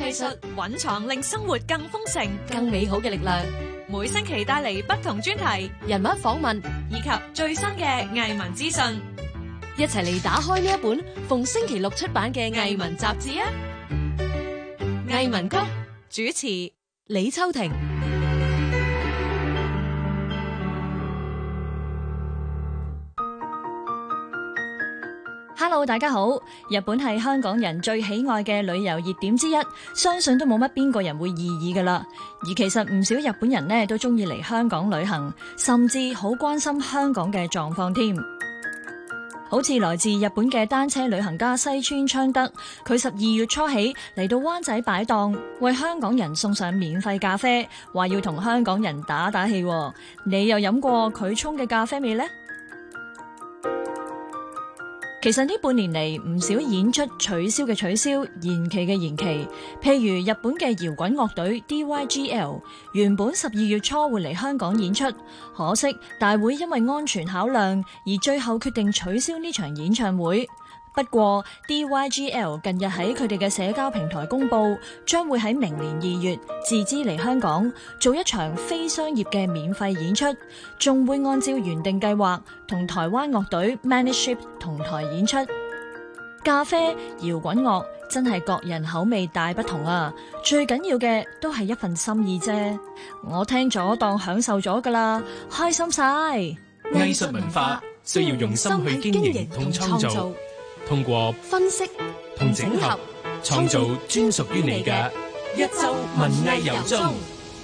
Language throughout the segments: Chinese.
藝術蘊藏令生活更豐盛、更美好嘅力量。每星期帶嚟不同專題、 人物訪問以及最新嘅藝文資訊， 一齊嚟打開呢一本逢星期六出版嘅藝文雜誌啊！藝文谷主持李秋婷。 Hello， 大家好。日本係香港人最喜愛嘅旅遊熱點之一，相信都冇乜邊個人會異議噶啦。而其實唔少日本人呢都中意嚟香港旅行，甚至好關心香港嘅狀況添。好似來自日本嘅單車旅行家西村昌德，佢12月初起嚟到灣仔擺檔，為香港人送上免費咖啡，話要同香港人打打氣。你又飲過佢沖嘅咖啡未呢？其實呢半年嚟，唔少演出取消嘅取消，延期嘅延期。譬如日本嘅搖滾樂隊 DYGL 原本12月初會嚟香港演出，可惜大會因為安全考量而最後決定取消呢場演唱會。不過 DYGL 近日喺佢哋嘅社交平台公佈，將會喺明年2月自資嚟香港做一場非商業嘅免費演出，仲會按照原定計劃同台灣樂隊 Maniship 同台演出。咖啡、搖滾樂真係各人口味大不同啊！最緊要嘅都係一份心意啫。我聽咗當享受咗㗎啦，開心晒！ 藝術文化需要用心去經營同創造。通過分析同整合，創造專屬於你嘅一周文藝遊蹤。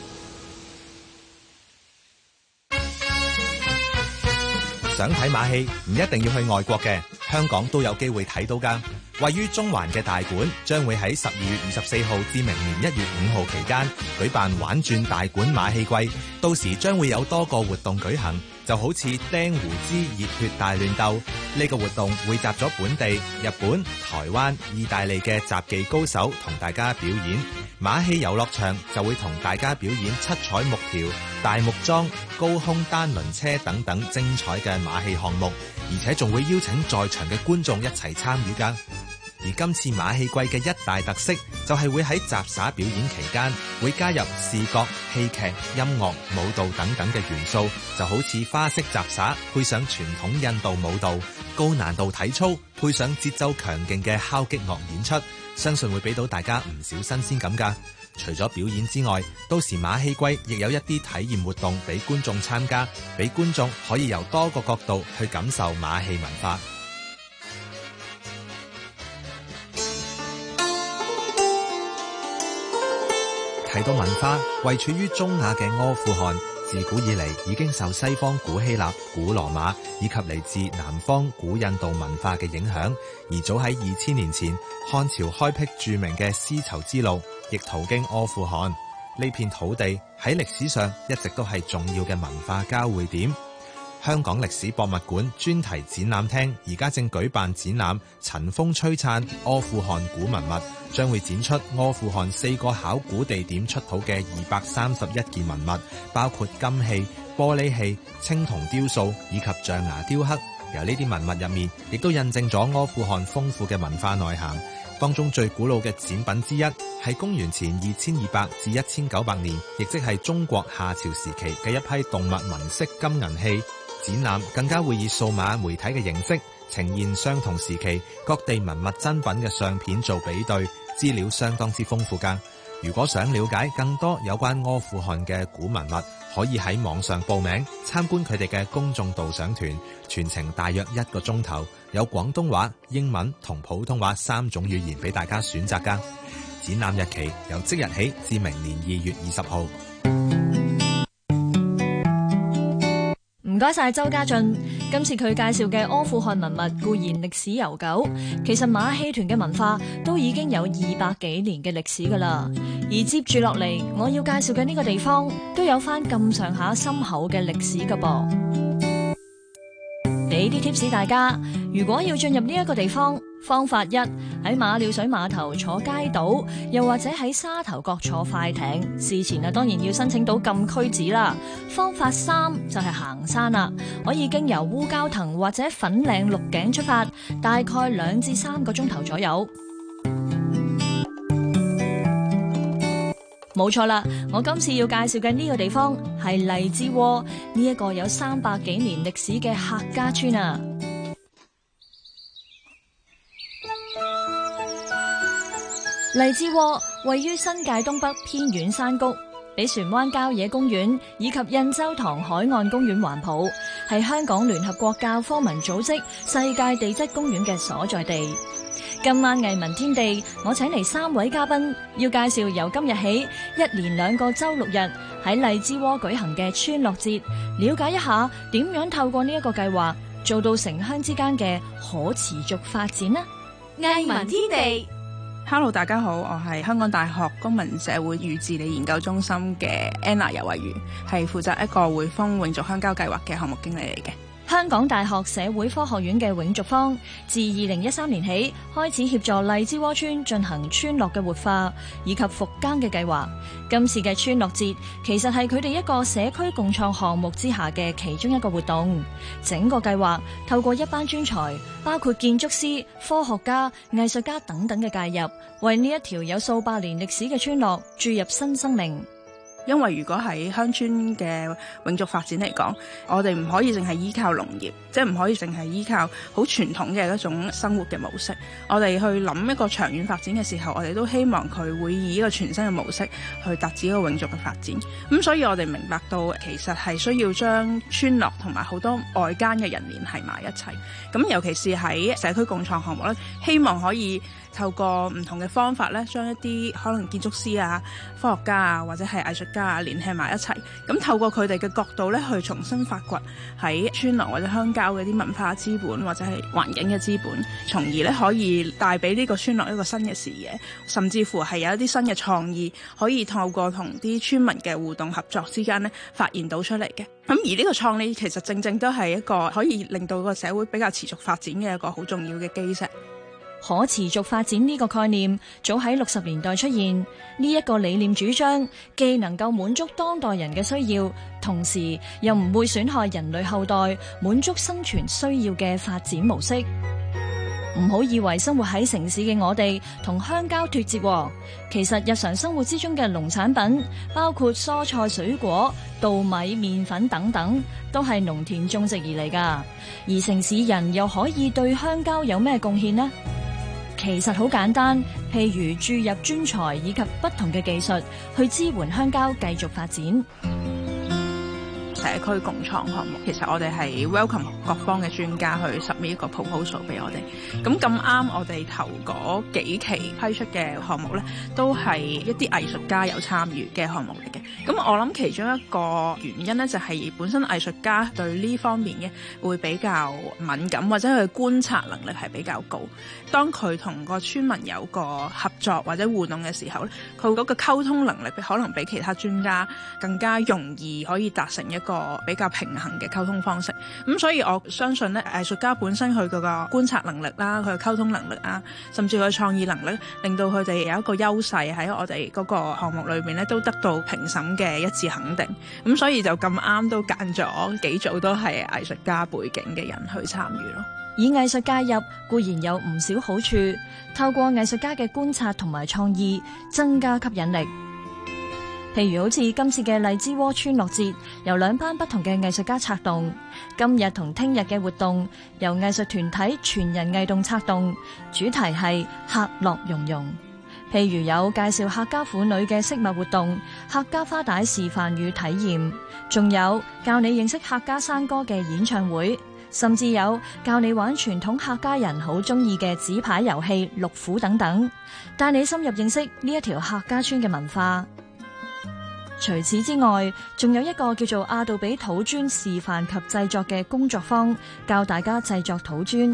想睇馬戲唔一定要去外國嘅，香港都有機會睇到㗎。位於中環嘅大館將會喺12月24號至明年1月5號期間舉辦玩轉大館馬戲季，到時將會有多個活動舉行，就好似釘胡之熱血大亂鬥呢個活動，匯集咗本地、日本、台灣、意大利嘅雜技高手同大家表演。馬戲遊樂場就會同大家表演七彩木條、大木樁、高空單輪車等等精彩嘅馬戲項目，而且仲會邀請在場嘅觀眾一齊參與㗎。而今次馬戲季嘅一大特色就係會喺雜耍表演期間會加入視覺、戲劇、音樂、舞蹈等等嘅元素，就好似花式雜耍配上傳統印度舞蹈，高難度體操配上節奏強勁嘅敲擊樂演出，相信會俾到大家唔少新鮮感㗎。除咗表演之外，到時馬戲季亦有一啲體驗活動俾觀眾參加，俾觀眾可以由多個角度去感受馬戲文化。提到文化，位處於中亞嘅阿富汗，自古以嚟已經受西方古希臘、古羅馬以及嚟自南方古印度文化嘅影響。而早喺2000年前，漢朝開闢著名嘅絲綢之路，亦途經阿富汗。呢片土地喺歷史上一直都係重要嘅文化交匯點。香港歷史博物館專題展覽廳而家正舉辦展覽《塵風璀璨阿富汗古文物》，將會展出阿富汗4個考古地點出土嘅231件文物，包括金器、玻璃器、青銅雕塑以及象牙雕刻。由呢啲文物入面，亦都印證咗阿富汗豐富嘅文化內涵。當中最古老嘅展品之一係公元前2200至1900年，亦即係中國夏朝時期嘅一批動物紋飾金銀器。展覽更加會以數碼媒體嘅形式呈現相同時期各地文物珍品嘅相片做比對，資料相當之豐富㗎。如果想了解更多有關阿富汗嘅古文物，可以喺網上報名參觀佢哋嘅公眾導賞團，全程大約1個鐘頭，有廣東話、英文同普通話3種語言俾大家選擇㗎。展覽日期由即日起至明年2月20號。 唔該晒周家俊，今次佢介紹嘅阿富汗文物固然歷史悠久，其實馬戲團嘅文化都已經有200幾年嘅歷史㗎啦。而接住落嚟，我要介紹嘅呢個地方都有返咁上下深厚嘅歷史㗎噃。俾啲 tips 大家，如果要進入呢一個地方，方法1，喺馬料水碼頭坐街渡，又或者喺沙頭角坐快艇。事前當然要申請到禁區紙啦。方法3就係行山啦，可以經由烏蛟騰或者粉嶺鹿頸出發，大概2至3個鐘頭左右。 冇錯啦，我今次要介紹嘅呢個地方係荔枝窩，呢一個有300幾年歷史嘅客家村啊。荔枝窩位於新界東北偏遠山谷，俾船灣郊野公園以及印洲塘海岸公園環抱，係香港聯合國教科文組織世界地質公園嘅所在地。今晚藝文天地，我請嚟3位嘉賓，要介紹由今日起1連2個週6日喺荔枝窩舉行嘅村落節，了解一下點樣透過呢一個計劃做到城鄉之間嘅可持續發展呢？ 藝文天地。 Hello， 大家好，我係香港大學公民社會與治理研究中心嘅 Anna 游慧如，係負責一個匯豐永續鄉郊計劃嘅項目經理嚟嘅。 香港大學社會科學院嘅永續坊自2013年起開始協助荔枝窩村進行村落嘅活化以及復耕嘅計劃。今次嘅村落節其實係佢哋一個社區共創項目之下嘅其中一個活動。整個計劃透過一班專才，包括建築師、科學家、藝術家等等嘅介入，為呢一條有數百年歷史嘅村落注入新生命。 因為如果喺鄉村嘅永續發展嚟講，我哋唔可以淨係依靠農業，即係唔可以淨係依靠好傳統嘅一種生活嘅模式。我哋去諗一個長遠發展嘅時候，我哋都希望佢會以一個全新嘅模式去達至一個永續嘅發展。咁所以我哋明白到其實係需要將村落同埋好多外間嘅人聯繫埋一齊。咁尤其是喺社區共創項目咧，希望可以透過唔同嘅方法咧，將一啲可能建築師啊、科學家啊或者係藝術家啊聯繫埋一齊，咁透過佢哋嘅角度咧，去重新發掘喺村落或者鄉郊嘅啲文化資本或者係環境嘅資本，從而咧可以帶俾呢個村落一個新嘅視野，甚至乎係有一啲新嘅創意，可以透過同啲村民嘅互動合作之間咧發現到出嚟嘅。咁而呢個創意其實正正都係一個可以令到個社會比較持續發展嘅一個好重要嘅基石。 可持續發展呢個概念早喺60年代出現，呢一個理念主張既能夠滿足當代人嘅需要，同時又唔會損害人類後代滿足生存需要嘅發展模式。唔好以為生活喺城市嘅我哋同鄉郊脫節，其實日常生活之中嘅農產品，包括蔬菜水果、稻米、麵粉等等，都係農田種植而嚟㗎。而城市人又可以對鄉郊有咩貢獻呢？其實好簡單，譬如注入專才以及不同嘅技術，去支援鄉郊繼續發展。 社區共創項目，其實我哋係 welcome 各方嘅專家去 submit 一個 proposal 俾我哋。咁啱我哋頭嗰幾期批出嘅項目咧，都係一啲藝術家有參與嘅項目嚟嘅。咁我諗其中一個原因咧，就係本身藝術家對呢方面嘅會比較敏感，或者佢觀察能力係比較高。當佢同個村民有個合作或者互動嘅時候咧，佢嗰個溝通能力可能比其他專家更加容易可以達成一個比較平衡嘅溝通方式。咁所以我相信咧，藝術家本身佢嗰個觀察能力啦，佢嘅溝通能力啊，甚至佢嘅創意能力，令到佢哋有一個優勢喺我哋嗰個項目裏面咧，都得到評審嘅一致肯定。咁所以就咁啱都揀咗幾組都係藝術家背景嘅人去參與咯。 以藝術介入固然有唔少好處，透過藝術家嘅觀察同埋創意，增加吸引力。譬如好似今次嘅荔枝窩村落節，由2班不同嘅藝術家策動。今日同聽日嘅活動，由藝術團體全人藝動策動，主題係客樂融融。譬如有介紹客家婦女嘅飾物活動、客家花帶示範與體驗，仲有教你認識客家山歌嘅演唱會，甚至有教你玩傳統客家人好中意嘅紙牌遊戲六虎等等，帶你深入認識呢一條客家村嘅文化。除此之外，仲有一個叫做阿杜比土磚示範及製作嘅工作坊，教大家製作土磚。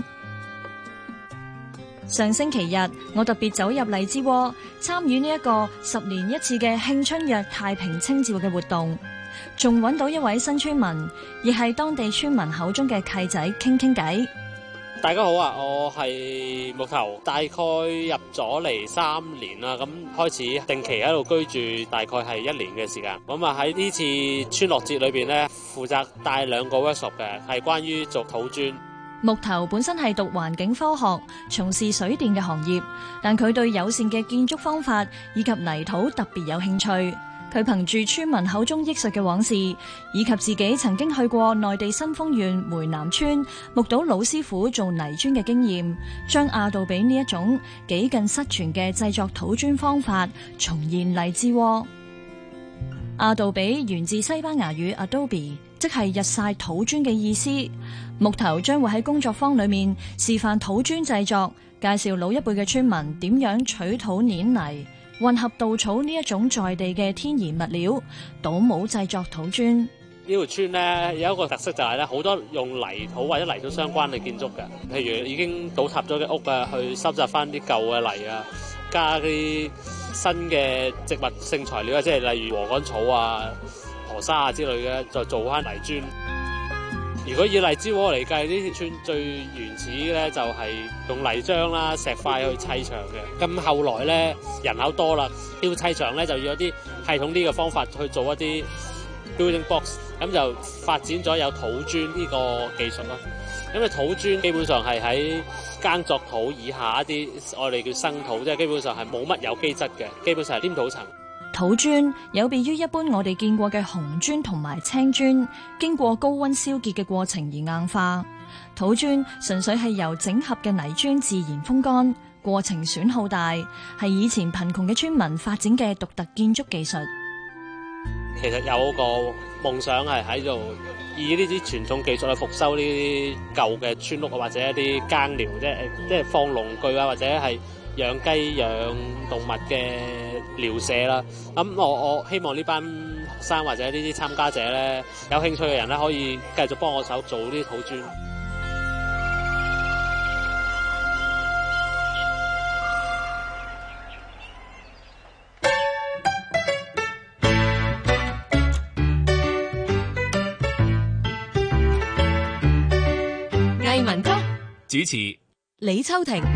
上星期日，我特別走入荔枝窩，參與呢一個10年一次嘅慶春約太平清醮嘅活動，仲揾到一位新村民，亦係當地村民口中嘅契仔，傾傾偈。 大家好啊，我係木頭，大概入咗嚟3年啦，咁開始定期喺度居住，大概係1年嘅時間。咁啊喺呢次村落節裏邊咧，負責帶2個 workshop 嘅，係關於做土磚。 木頭本身係讀環境科學，從事水電嘅行業，但佢對友善嘅建築方法以及泥土特別有興趣。佢憑住村民口中憶述嘅往事，以及自己曾經去過內地新豐縣梅南村，目睹老師傅做泥磚嘅經驗，將亞杜比呢一種幾近失傳嘅製作土磚方法重現荔枝窩。亞杜比源自西班牙語 Adobe， 即係日曬土磚嘅意思。木頭將會喺工作坊裏面示範土磚製作，介紹老一輩嘅村民點樣取土碾泥，混合稻草呢一種在地嘅天然物料，倒模製作土磚。 呢條村咧有一個特色就係咧，好多用泥土或者泥土相關嘅建築嘅，譬如已經倒塌咗嘅屋啊，去收集翻啲舊嘅泥啊，加啲新嘅植物性材料啊，即係例如禾稈草啊、河沙啊之類嘅，再做翻泥磚。如果以荔枝窩嚟計，呢條村最原始咧就係用泥漿啦、石塊去砌牆嘅。咁後來咧人口多啦，要砌牆咧就要有啲系統啲嘅方法去做一啲 building box， 咁就發展咗有土磚呢個技術咯。因為土磚基本上係喺耕作土以下一啲我哋叫生土，即係基本上係冇乜有機質嘅，基本上係黏土層。 土磚有別於一般我哋見過嘅紅磚同埋青磚，經過高溫燒結嘅過程而硬化。土磚純粹係由整合嘅泥磚自然風乾，過程損耗大，係以前貧窮嘅村民發展嘅獨特建築技術。 其實有個夢想係喺度以呢啲傳統技術去復修呢啲舊嘅村屋或者一啲耕寮，即係放農具啊，或者係養雞養動物嘅寮舍啦。咁我希望呢班學生或者呢啲參加者咧，有興趣嘅人咧，可以繼續幫我手做呢啲土磚。 藝文谷主持李秋婷。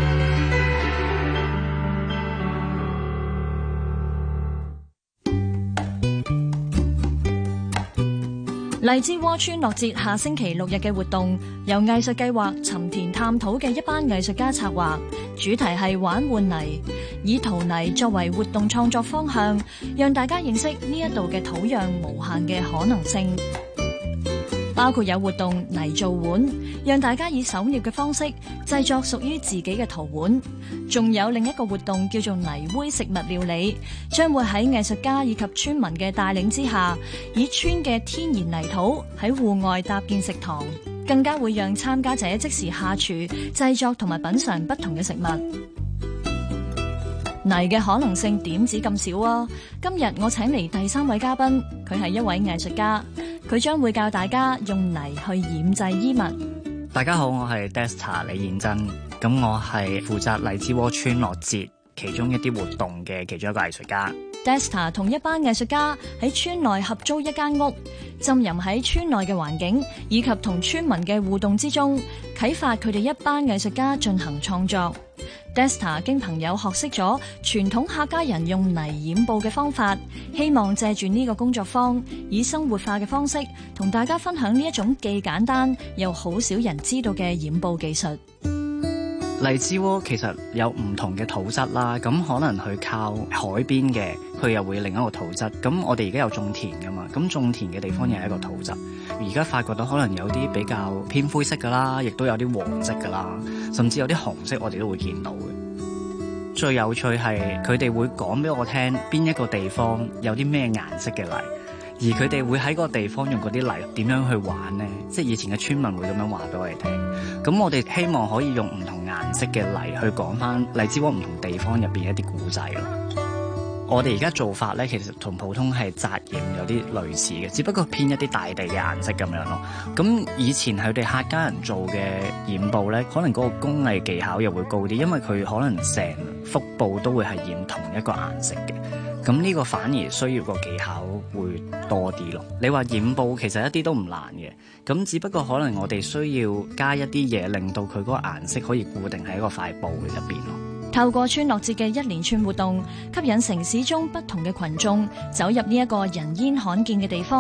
荔枝窩村落節下星期6日嘅活動，由藝術計劃尋田探討嘅一班藝術家策劃，主題係玩換泥，以陶泥作為活動創作方向，讓大家認識呢一度嘅土壤無限嘅可能性。包括有活動泥做碗，讓大家以手捏嘅方式製作屬於自己嘅陶碗。仲有另一個活動叫做泥煨食物料理，將會喺藝術家以及村民嘅帶領之下，以村嘅天然泥土喺戶外搭建食堂，更加會讓參加者即時下廚製作同埋品嘗不同嘅食物。泥嘅可能性點止咁少啊！今日我請嚟第3位嘉賓，佢係一位藝術家，佢將會教大家用泥去染製衣物。 大家好，我係 Dexter 李彥真，咁我係負責荔枝窩村落節其中一啲活動嘅其中一個藝術家。 Dexter 同一班藝術家喺村內合租一間屋，浸淫喺村內嘅環境以及同村民嘅互動之中，啟發佢哋一班藝術家進行創作。Dexter 經朋友學識咗傳統客家人用泥染布嘅方法，希望借住呢個工作坊，以生活化嘅方式同大家分享呢一種既簡單又好少人知道嘅染布技術。 荔枝窩其實有唔同嘅土質啦，咁可能佢靠海邊嘅，佢又會另一個土質。咁我哋而家有種田噶嘛，咁種田嘅地方又係一個土質。而家發覺到可能有啲比較偏灰色噶啦，亦都有啲黃色噶啦，甚至有啲紅色，我哋都會見到嘅。最有趣係佢哋會講俾我聽邊一個地方有啲咩顏色嘅泥，而佢哋會喺嗰個地方用嗰啲泥點樣去玩呢？即係以前嘅村民會咁樣話俾我哋聽。咁我哋希望可以用唔同顏色嘅泥去講翻荔枝窩唔同地方入邊一啲古仔咯。我哋而家做法咧，其實同普通係紮染有啲類似嘅，只不過偏一啲大地嘅顏色咁樣咯。咁以前佢哋客家人做嘅染布咧，可能嗰個工藝技巧又會高啲，因為佢可能成幅布都會係染同一個顏色嘅。咁呢個反而需要個技巧會多啲咯。你話染布其實一啲都唔難嘅，咁只不過可能我哋需要加一啲嘢，令到佢嗰個顏色可以固定喺一個塊布嘅入邊咯。 透過村落節嘅一連串活動，吸引城市中不同嘅群眾走入呢一個人煙罕見嘅地方，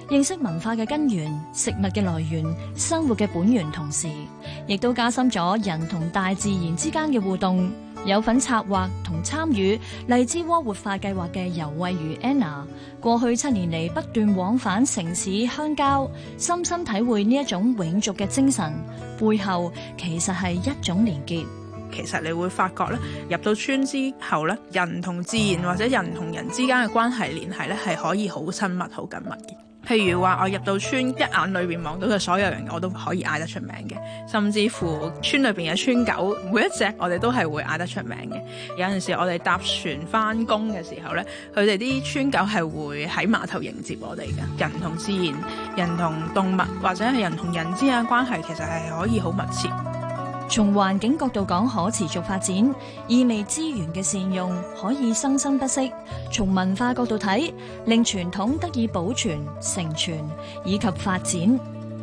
認識文化嘅根源、食物嘅來源、生活嘅本源，同時亦都加深咗人同大自然之間嘅互動。有份策劃同參與荔枝窩活化計劃嘅游慧如 Anna， 過去7年嚟不斷往返城市鄉郊，深深體會呢一種永續嘅精神，背後其實係一種連結。 其實你會發覺咧，入到村之後咧，人同自然或者人同人之間嘅關係聯繫咧，係可以好親密、好緊密嘅。譬如話，我入到村，一眼裏邊望到嘅所有人，我都可以嗌得出名嘅。甚至乎村裏邊嘅村狗，每一隻我哋都係會嗌得出名嘅。有陣時我哋搭船翻工嘅時候咧，佢哋啲村狗係會喺碼頭迎接我哋嘅。人同自然、人同動物或者係人同人之間嘅關係，其實係可以好密切。 從環境角度講可持續發展，意味資源嘅善用可以生生不息；從文化角度睇，令傳統得以保存、承傳以及發展。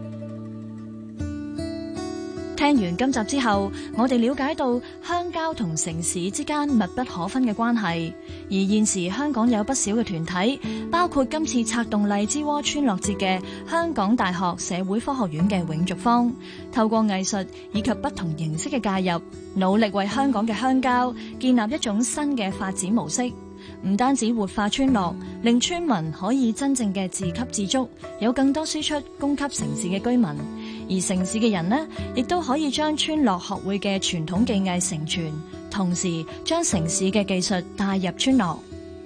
聽完今集之後，我哋了解到鄉郊同城市之間密不可分嘅關係。而現時香港有不少嘅團體，包括今次策動荔枝窩村落節嘅香港大學社會科學院嘅永續坊，透過藝術以及不同形式嘅介入，努力為香港嘅鄉郊建立一種新嘅發展模式。唔單止活化村落，令村民可以真正嘅自給自足，有更多輸出供給城市嘅居民。而城市嘅人呢，亦都可以將村落學會嘅傳統技藝承傳，同時將城市嘅技術帶入村落。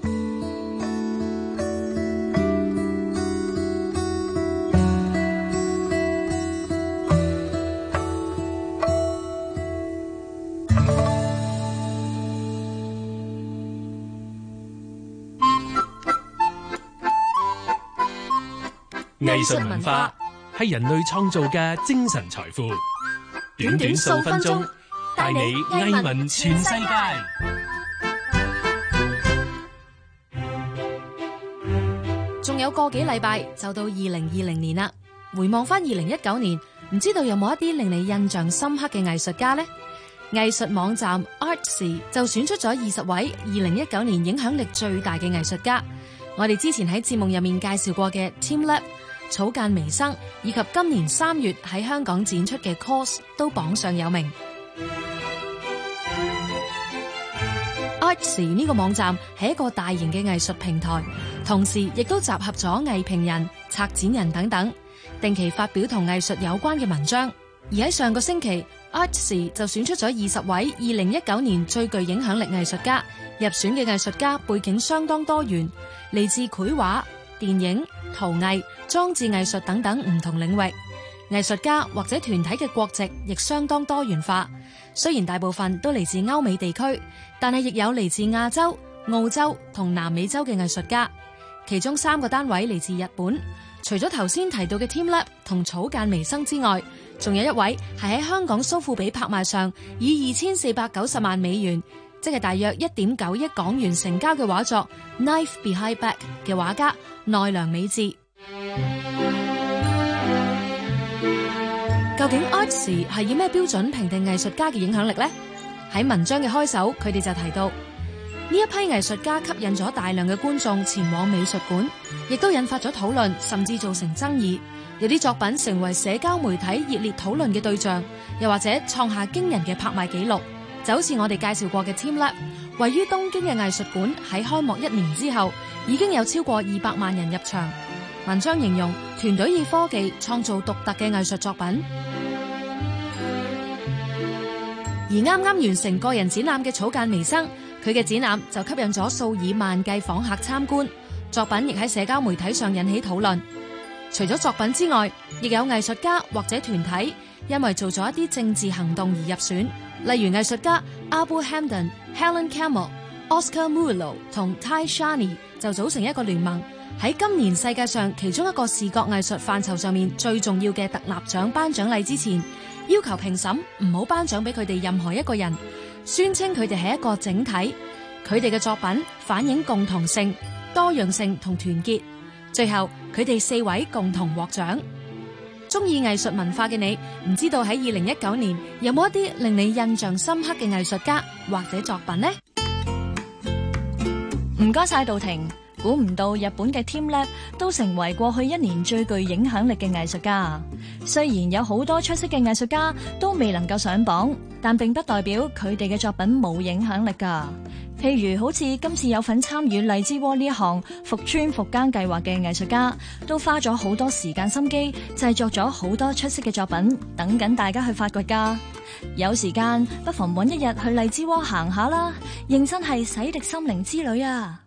藝術文化係人類創造嘅精神財富。短短數分鐘，帶你藝聞全世界。 仲有個幾禮拜就到2020年啦。回望翻2019年，唔知道有冇一啲令你印象深刻嘅藝術家呢？藝術網站 Artsy 就選出咗20位2019年影響力最大嘅藝術家。我哋之前喺節目入面介紹過嘅 teamLab、草間彌生以及今年3月喺香港展出嘅 KAWS 都榜上有名。Artsy 呢個網站係一個大型嘅藝術平台，同時亦都集合咗藝評人、策展人等等，定期發表同藝術有關嘅文章。而喺上個星期， Artsy 就選出咗20位2019年最具影響力藝術家。入選嘅藝術家背景相當多元，嚟自繪畫、電影、陶藝、裝置藝術等等唔同領域。藝術家或者團體嘅國籍亦相當多元化，雖然大部分都嚟自歐美地區，但係亦有嚟自亞洲、澳洲同南美洲嘅藝術家。其中3個單位嚟自日本，除咗頭先提到嘅 teamLab 同草間彌生之外，仲有一位係喺香港蘇富比拍賣上以2490萬美元，即係大約1.9億港元成交嘅畫作《Knife Behind Back》嘅畫家奈良美智。究竟 Artsy 係以咩標準評定藝術家嘅影響力呢？喺文章嘅開首，佢哋就提到呢一批藝術家吸引咗大量嘅觀眾前往美術館，亦都引發咗討論，甚至造成爭議。有啲作品成為社交媒體熱烈討論嘅對象，又或者創下驚人嘅拍賣紀錄。就好似我哋介紹過嘅 teamLab， 位於東京嘅藝術館喺開幕1年之後，已經有超過200萬人入場。文章形容團隊以科技創造獨特嘅藝術作品。而啱啱完成個人展覽嘅草間彌生，佢嘅展覽就吸引咗數以萬計訪客參觀，作品亦喺社交媒體上引起討論。除咗作品之外，亦有藝術家或者團體因為做咗一啲政治行動而入選，例如藝術家 Abu Hamdan、Helen Campbell、Oscar Murillo 同 Tai Shani 就組成一個聯盟，喺今年世界上其中一個視覺藝術範疇上面最重要嘅特立獎頒獎禮之前，要求評審唔好頒獎俾佢哋任何一個人，宣稱佢哋係一個整體，佢哋嘅作品反映共同性、多樣性同團結。最後佢哋4位共同獲獎。中意藝術文化嘅你，唔知道喺2019年有冇一啲令你印象深刻嘅藝術家或者作品呢？ 唔該晒杜婷。 估唔到日本嘅 TeamLab 都成為過去1年最具影響力嘅藝術家。雖然有好多出色嘅藝術家都未能夠上榜，但並不代表佢哋嘅作品冇影響力㗎。譬如好似今次有份參與荔枝窩呢一項復村復耕計劃嘅藝術家，都花咗好多時間心機，製作咗好多出色嘅作品，等緊大家去發掘㗎。有時間不妨揾一日去荔枝窩行下啦，認真係洗滌心靈之旅啊！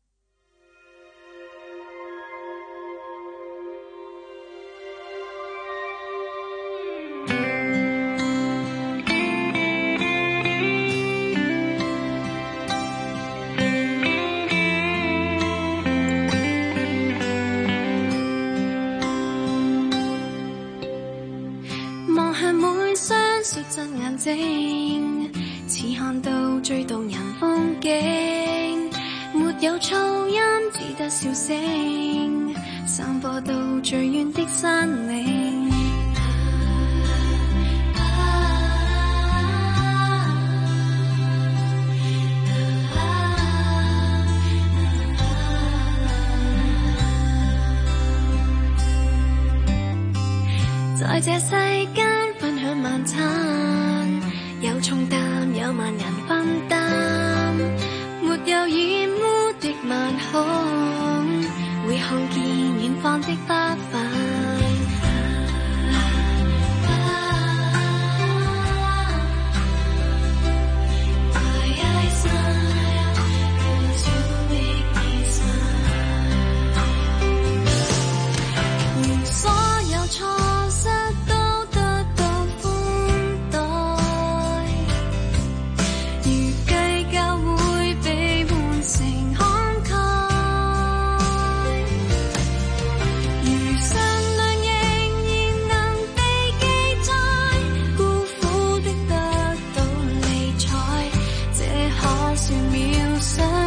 率真眼睛，似看到最動人風景，沒有噪音，只得笑聲，散播到最遠的山嶺。在這世間分享晚餐，有重擔有萬人分擔，沒有染污的晚空，會看見遠方的花瓣。所有錯失都得到寬待，如計較會被換成慷慨，如信亮仍然能被記載，孤苦的得到理睬，這可算渺小。